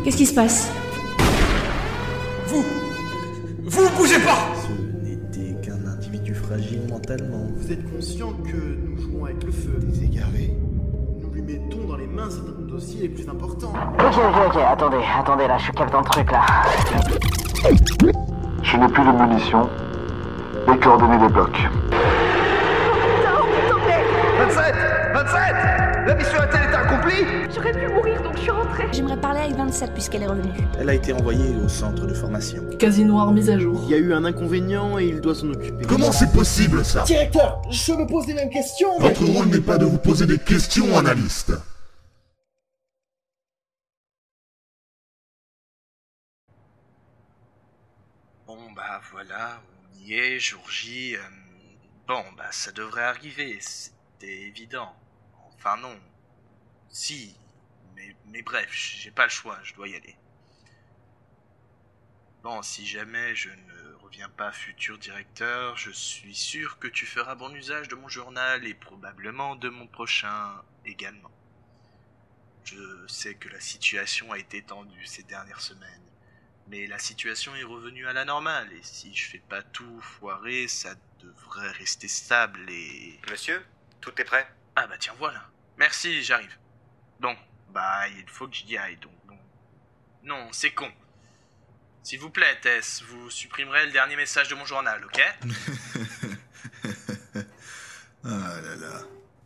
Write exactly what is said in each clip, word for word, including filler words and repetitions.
Qu'est-ce qui se passe? Vous Vous bougez pas! Ce n'était qu'un individu fragile mentalement. Vous êtes conscient que nous jouons avec le feu? Des égarés. Nous lui mettons dans les mains certains dossiers les plus importants. Ok, ok, ok, attendez, attendez, là, je capte un truc, là. Je n'ai plus de munitions. Les coordonnées des blocs. vingt-sept vingt-sept La mission a-t-elle été accomplie? J'aurais pu mourir, donc je suis rentrée. J'aimerais parler avec vingt-sept puisqu'elle est revenue. Elle a été envoyée au centre de formation. Quasi noir mise à jour. Il y a eu un inconvénient et il doit s'en occuper. Comment c'est possible, ça? Directeur, je me pose les mêmes questions. Votre rôle n'est pas de vous poser des questions, analyste. Bon bah voilà, on y est, jour J. Euh, bon bah ça devrait arriver, c'était évident. Enfin non. Si, mais, mais bref, j'ai pas le choix, je dois y aller. Bon, si jamais je ne reviens pas futur directeur, je suis sûr que tu feras bon usage de mon journal et probablement de mon prochain également. Je sais que la situation a été tendue ces dernières semaines. Mais la situation est revenue à la normale, et si je fais pas tout foirer, ça devrait rester stable et... Monsieur, tout est prêt? Ah bah tiens, voilà. Merci, j'arrive. Bon, bah il faut que j'y aille, donc bon... Non, c'est con. S'il vous plaît, Tess, vous supprimerez le dernier message de mon journal, ok? Ah là là...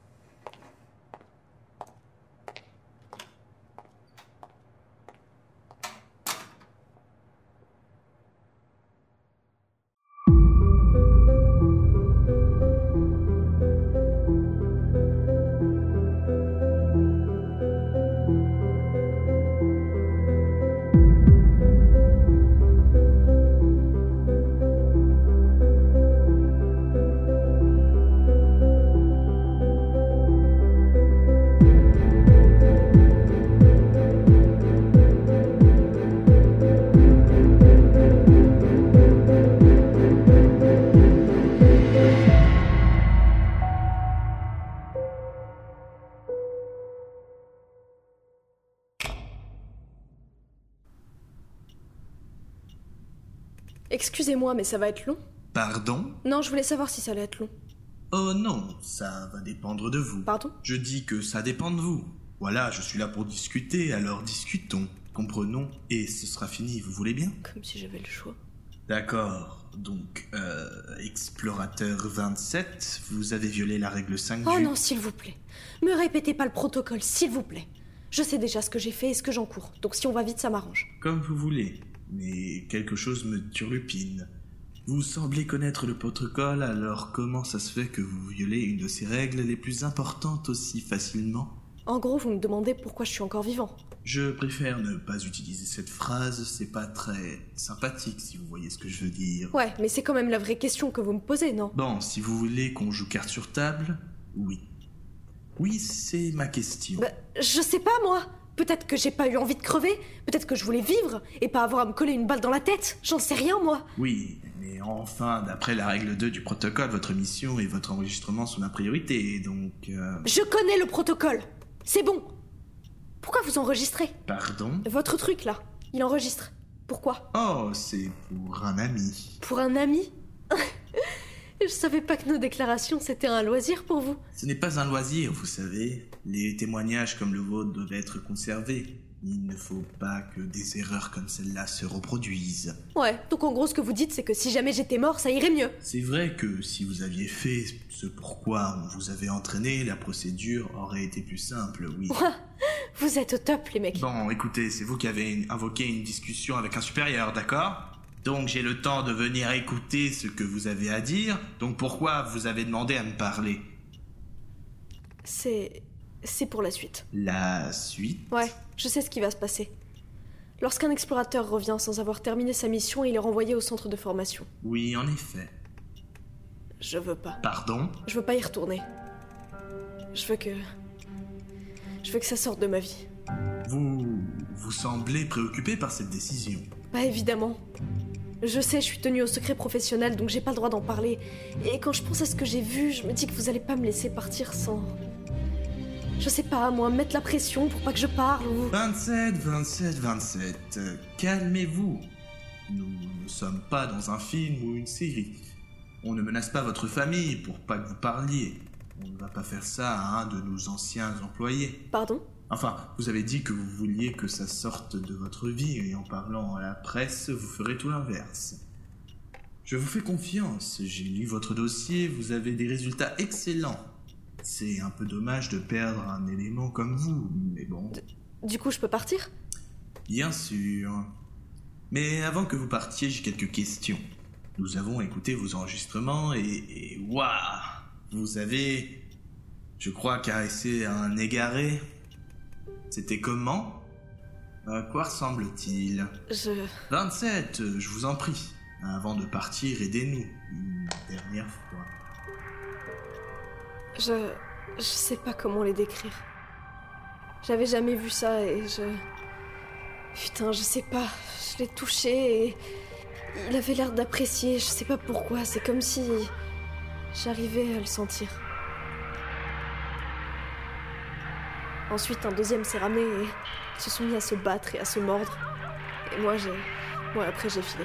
Excusez-moi, mais ça va être long? Pardon? Non, je voulais savoir si ça allait être long. Oh non, ça va dépendre de vous. Pardon? Je dis que ça dépend de vous. Voilà, je suis là pour discuter, alors discutons. Comprenons, et ce sera fini, vous voulez bien? Comme si j'avais le choix. D'accord, donc, euh, explorateur vingt-sept, vous avez violé la règle cinq Oh du... non, s'il vous plaît. Me répétez pas le protocole, s'il vous plaît. Je sais déjà ce que j'ai fait et ce que j'encours, donc si on va vite, ça m'arrange. Comme vous voulez, mais quelque chose me turlupine. Vous semblez connaître le protocole, alors comment ça se fait que vous violez une de ces règles les plus importantes aussi facilement? En gros, vous me demandez pourquoi je suis encore vivant. Je préfère ne pas utiliser cette phrase, c'est pas très sympathique si vous voyez ce que je veux dire. Ouais, mais c'est quand même la vraie question que vous me posez, non? Bon, si vous voulez qu'on joue carte sur table, oui. Oui, c'est ma question. Bah, je sais pas, moi. Peut-être que j'ai pas eu envie de crever, peut-être que je voulais vivre et pas avoir à me coller une balle dans la tête. J'en sais rien, moi. Oui, mais enfin, d'après la règle deux du protocole, votre mission et votre enregistrement sont ma priorité, donc... Euh... Je connais le protocole. C'est bon. Pourquoi vous enregistrez? Pardon? Votre truc, là, il enregistre. Pourquoi? Oh, c'est pour un ami. Pour un ami? Je savais pas que nos déclarations, c'était un loisir pour vous. Ce n'est pas un loisir, vous savez. Les témoignages comme le vôtre doivent être conservés. Il ne faut pas que des erreurs comme celle-là se reproduisent. Ouais, donc en gros ce que vous dites c'est que si jamais j'étais mort, ça irait mieux. C'est vrai que si vous aviez fait ce pourquoi on vous avait entraîné, la procédure aurait été plus simple, oui. Vous êtes au top les mecs. Bon, écoutez, c'est vous qui avez invoqué une discussion avec un supérieur, d'accord? Donc j'ai le temps de venir écouter ce que vous avez à dire, donc pourquoi vous avez demandé à me parler? C'est... c'est pour la suite. La suite? Ouais, je sais ce qui va se passer. Lorsqu'un explorateur revient sans avoir terminé sa mission, il est renvoyé au centre de formation. Oui, en effet. Je veux pas. Pardon? Je veux pas y retourner. Je veux que... Je veux que ça sorte de ma vie. Vous... vous semblez préoccupé par cette décision. Bah évidemment. Je sais, je suis tenue au secret professionnel, donc j'ai pas le droit d'en parler. Et quand je pense à ce que j'ai vu, je me dis que vous allez pas me laisser partir sans... je sais pas, moi, mettre la pression pour pas que je parle ou... vingt-sept, vingt-sept, vingt-sept. Euh, calmez-vous. Nous ne sommes pas dans un film ou une série. On ne menace pas votre famille pour pas que vous parliez. On ne va pas faire ça à un de nos anciens employés. Pardon ? Enfin, vous avez dit que vous vouliez que ça sorte de votre vie et en parlant à la presse, vous ferez tout l'inverse. Je vous fais confiance, j'ai lu votre dossier, vous avez des résultats excellents. C'est un peu dommage de perdre un élément comme vous, mais bon... Du coup, je peux partir ? Bien sûr. Mais avant que vous partiez, j'ai quelques questions. Nous avons écouté vos enregistrements et... et waouh ! Vous avez... je crois caressé un égaré. C'était comment ? À quoi ressemble-t-il ? Je... vingt-sept, je vous en prie. Avant de partir, aidez-nous. Une dernière fois. Je... je sais pas comment les décrire. J'avais jamais vu ça et je... Putain, je sais pas. Je l'ai touché et... il avait l'air d'apprécier, je sais pas pourquoi. C'est comme si... j'arrivais à le sentir. Ensuite, un deuxième s'est ramé et ils se sont mis à se battre et à se mordre. Et moi, j'ai... moi, après, j'ai filé.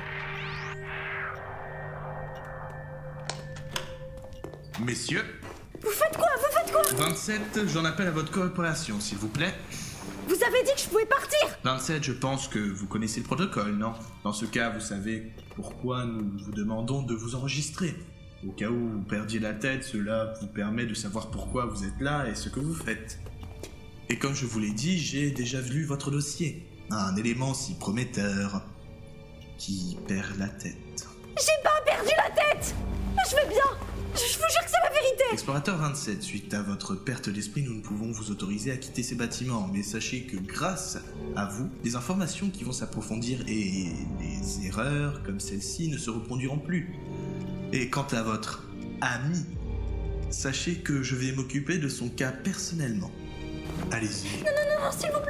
Messieurs. Vous faites quoi ? Vous faites quoi ? vingt-sept, j'en appelle à votre coopération, s'il vous plaît. Vous avez dit que je pouvais partir ! vingt-sept, je pense que vous connaissez le protocole, non ? Dans ce cas, vous savez pourquoi nous vous demandons de vous enregistrer. Au cas où vous perdiez la tête, cela vous permet de savoir pourquoi vous êtes là et ce que vous faites. Et comme je vous l'ai dit, j'ai déjà lu votre dossier. Un élément si prometteur qui perd la tête. J'ai pas perdu la tête ! Je vais bien ! Je vous jure que c'est la vérité! Explorateur vingt-sept, suite à votre perte d'esprit, nous ne pouvons vous autoriser à quitter ces bâtiments. Mais sachez que grâce à vous, les informations qui vont s'approfondir et les erreurs comme celle-ci ne se reproduiront plus. Et quant à votre ami, sachez que je vais m'occuper de son cas personnellement. Allez-y. Non, non, non, non, s'il vous plaît!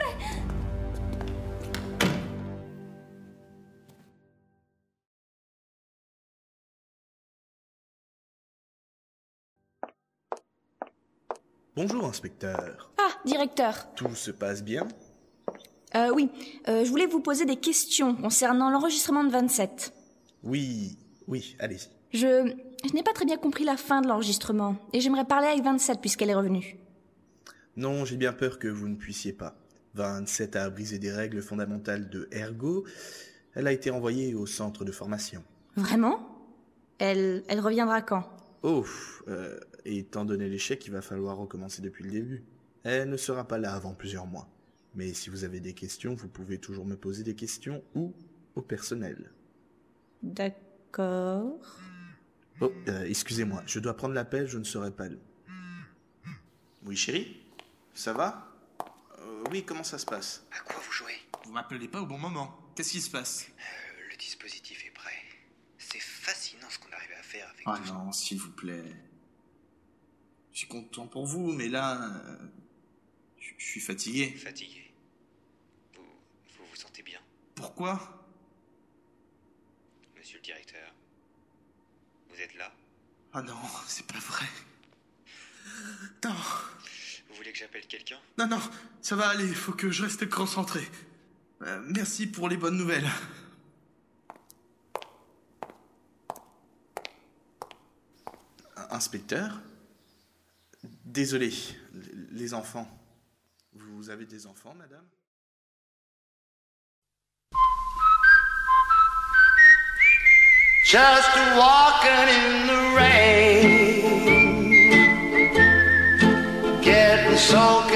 Bonjour, inspecteur. Ah, directeur. Tout se passe bien ? Euh, oui, euh, je voulais vous poser des questions concernant l'enregistrement de vingt-sept. Oui, oui, allez-y. Je, je n'ai pas très bien compris la fin de l'enregistrement, et j'aimerais parler avec vingt-sept puisqu'elle est revenue. Non, j'ai bien peur que vous ne puissiez pas. vingt-sept a brisé des règles fondamentales de Ergo. Elle a été envoyée au centre de formation. Vraiment ? Elle, elle reviendra quand ? Oh, euh, étant donné l'échec, il va falloir recommencer depuis le début. Elle ne sera pas là avant plusieurs mois. Mais si vous avez des questions, vous pouvez toujours me poser des questions ou au personnel. D'accord. Oh, euh, excusez-moi, je dois prendre l'appel, je ne serai pas là. Oui, chérie ? Ça va ? euh, Oui, comment ça se passe ? À quoi vous jouez ? Vous m'appelez pas au bon moment. Qu'est-ce qui se passe ? euh, Le dispositif est prêt. C'est fascinant ce qu'on arrive à faire avec Ah tout non, s'il vous plaît. Je suis content pour vous, mais là... Euh, je, je suis fatigué. Fatigué. Vous, vous vous sentez bien ? Pourquoi ? Monsieur le directeur, vous êtes là ? Ah non, c'est pas vrai. Non. Vous voulez que j'appelle quelqu'un ? Non, non, ça va aller, il faut que je reste concentré. Euh, merci pour les bonnes nouvelles. Inspecteur ? Désolé, les enfants. Vous avez des enfants, madame ? Just walking in the rain, getting soaking